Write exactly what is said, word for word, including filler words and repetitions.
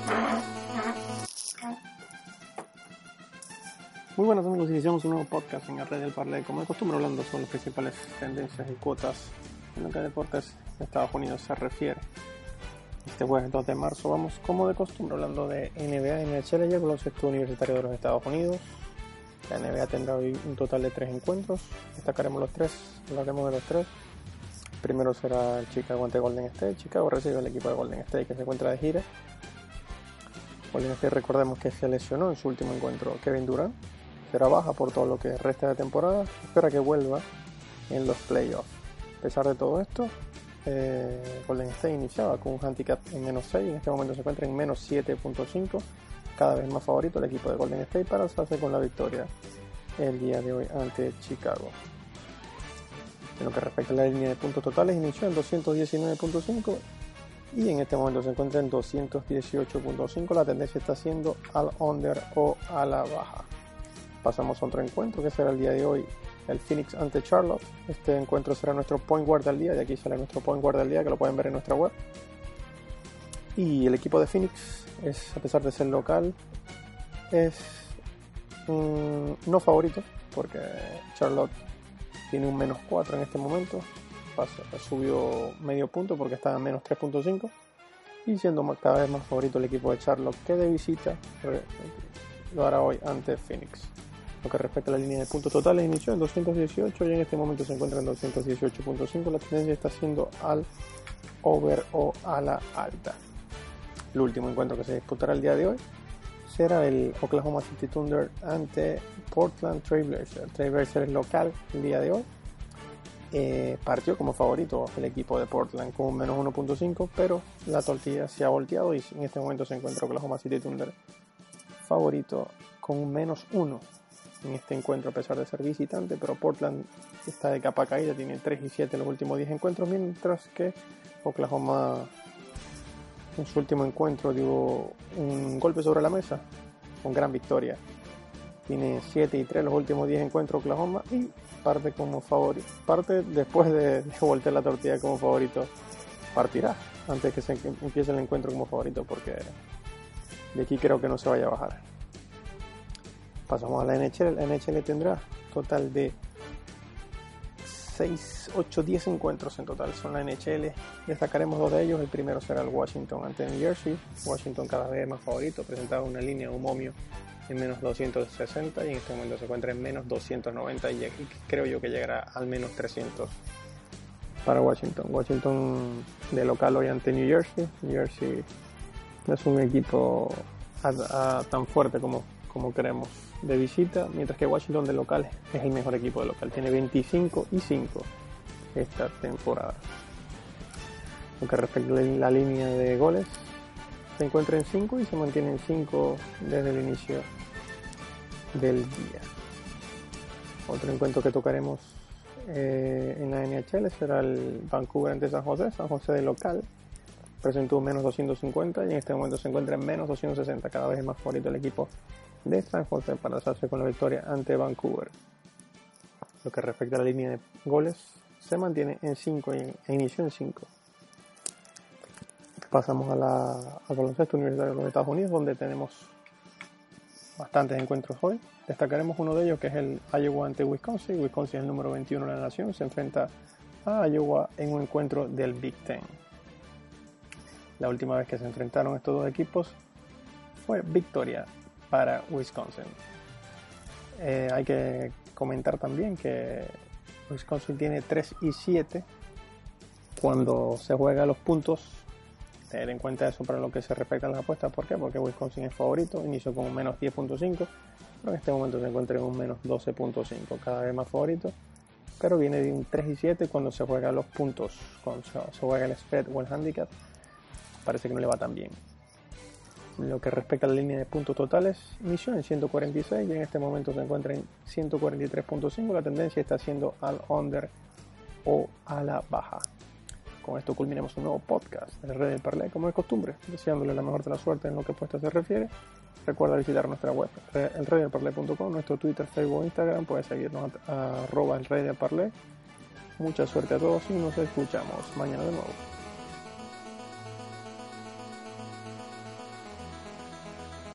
Muy buenas amigos, iniciamos un nuevo podcast en la red del Parley, como de costumbre hablando sobre las principales tendencias y cuotas en lo que a deportes de Estados Unidos se refiere. Este jueves dos de marzo vamos como de costumbre hablando de N B A, N H L y el baloncesto universitario de los Estados Unidos. La N B A tendrá hoy un total de tres encuentros, destacaremos los tres, hablaremos de los tres. El primero será el Chicago ante Golden State. Chicago recibe al equipo de Golden State que se encuentra de gira. Golden State, recordemos que se lesionó en su último encuentro Kevin Durant. Será baja por todo lo que resta de temporada. Espera que vuelva en los playoffs. A pesar de todo esto, eh, Golden State iniciaba con un handicap en menos seis. En este momento se encuentra en menos siete punto cinco. Cada vez más favorito el equipo de Golden State para alzarse con la victoria el día de hoy ante Chicago. En lo que respecta a la línea de puntos totales, inició en doscientos diecinueve punto cinco y en este momento se encuentra en doscientos dieciocho punto cinco. La tendencia está siendo al under o a la baja. Pasamos a otro encuentro que será el día de hoy, el Phoenix ante Charlotte. Este encuentro será nuestro point guard del día, de aquí sale nuestro point guard del día, que lo pueden ver en nuestra web. Y el equipo de Phoenix, es, a pesar de ser local, es mmm, no favorito, porque Charlotte tiene un menos cuatro en este momento. Pasa, subió medio punto porque está en menos tres punto cinco. Y siendo cada vez más favorito el equipo de Charlotte, que de visita lo hará hoy ante Phoenix. Lo que respecta a la línea de puntos totales, inició en doscientos dieciocho y en este momento se encuentra en doscientos dieciocho punto cinco. La tendencia está siendo al over o a la alta. El último encuentro que se disputará el día de hoy será el Oklahoma City Thunder ante Portland Trail Blazers. Trail Blazers es local el día de hoy. Eh, partió como favorito el equipo de Portland con un menos uno punto cinco, pero la tortilla se ha volteado y en este momento se encuentra Oklahoma City Thunder favorito con un menos uno en este encuentro a pesar de ser visitante, pero Portland está de capa caída, tiene tres y siete en los últimos diez encuentros, mientras que Oklahoma en su último encuentro dio un golpe sobre la mesa con gran victoria. Tiene siete y tres los últimos diez encuentros Oklahoma y parte como favorito, parte después de, de voltear la tortilla como favorito, partirá antes que se empiece el encuentro como favorito, porque de aquí creo que no se vaya a bajar. Pasamos a la N H L. La N H L tendrá total de seis, ocho, diez encuentros en total. Son la N H L. Destacaremos dos de ellos. El primero será el Washington ante New Jersey. Washington cada vez más favorito. Presentaba una línea, un momio en menos doscientos sesenta y en este momento se encuentra en menos doscientos noventa y creo yo que llegará al menos trescientos para Washington. Washington de local hoy ante New Jersey. New Jersey no es un equipo a, a, tan fuerte como, como queremos de visita, mientras que Washington de local es el mejor equipo de local, tiene veinticinco y cinco esta temporada. Lo que respecta a la línea de goles, se encuentra en cinco y se mantiene en cinco desde el inicio del día. Otro encuentro que tocaremos eh, en la N H L será el Vancouver ante San José. San José de local presentó menos doscientos cincuenta y en este momento se encuentra en menos doscientos sesenta. Cada vez es más favorito el equipo de San José para alzarse con la victoria ante Vancouver. Lo que respecta a la línea de goles, se mantiene en cinco e inició en cinco. Pasamos a la, al baloncesto universitario de los Estados Unidos, donde tenemos bastantes encuentros hoy. Destacaremos uno de ellos, que es el Iowa ante Wisconsin. Wisconsin es el número veintiuno de la nación, se enfrenta a Iowa en un encuentro del Big Ten. La última vez que se enfrentaron estos dos equipos fue victoria para Wisconsin. Eh, hay que comentar también que Wisconsin tiene tres y siete cuando se juega los puntos. Tener en cuenta eso para lo que se respecta a las apuestas. ¿Por qué? Porque Wisconsin es favorito, inició con un menos diez punto cinco, pero en este momento se encuentra en un menos doce punto cinco, cada vez más favorito, pero viene de un tres y siete cuando se juegan los puntos, cuando se juega el spread o el handicap, parece que no le va tan bien. Lo que respecta a la línea de puntos totales, inició en ciento cuarenta y seis y en este momento se encuentra en ciento cuarenta y tres punto cinco. La tendencia está siendo al under o a la baja. Con esto culminamos un nuevo podcast de Red del Parley, como de costumbre, deseándole la mejor de la suerte en lo que apuestas se refiere. Recuerda visitar nuestra web, el rey del parley punto com, nuestro Twitter, Facebook, Instagram. Puedes seguirnos a, a arroba el rey del parley. Mucha suerte a todos y nos escuchamos mañana de nuevo.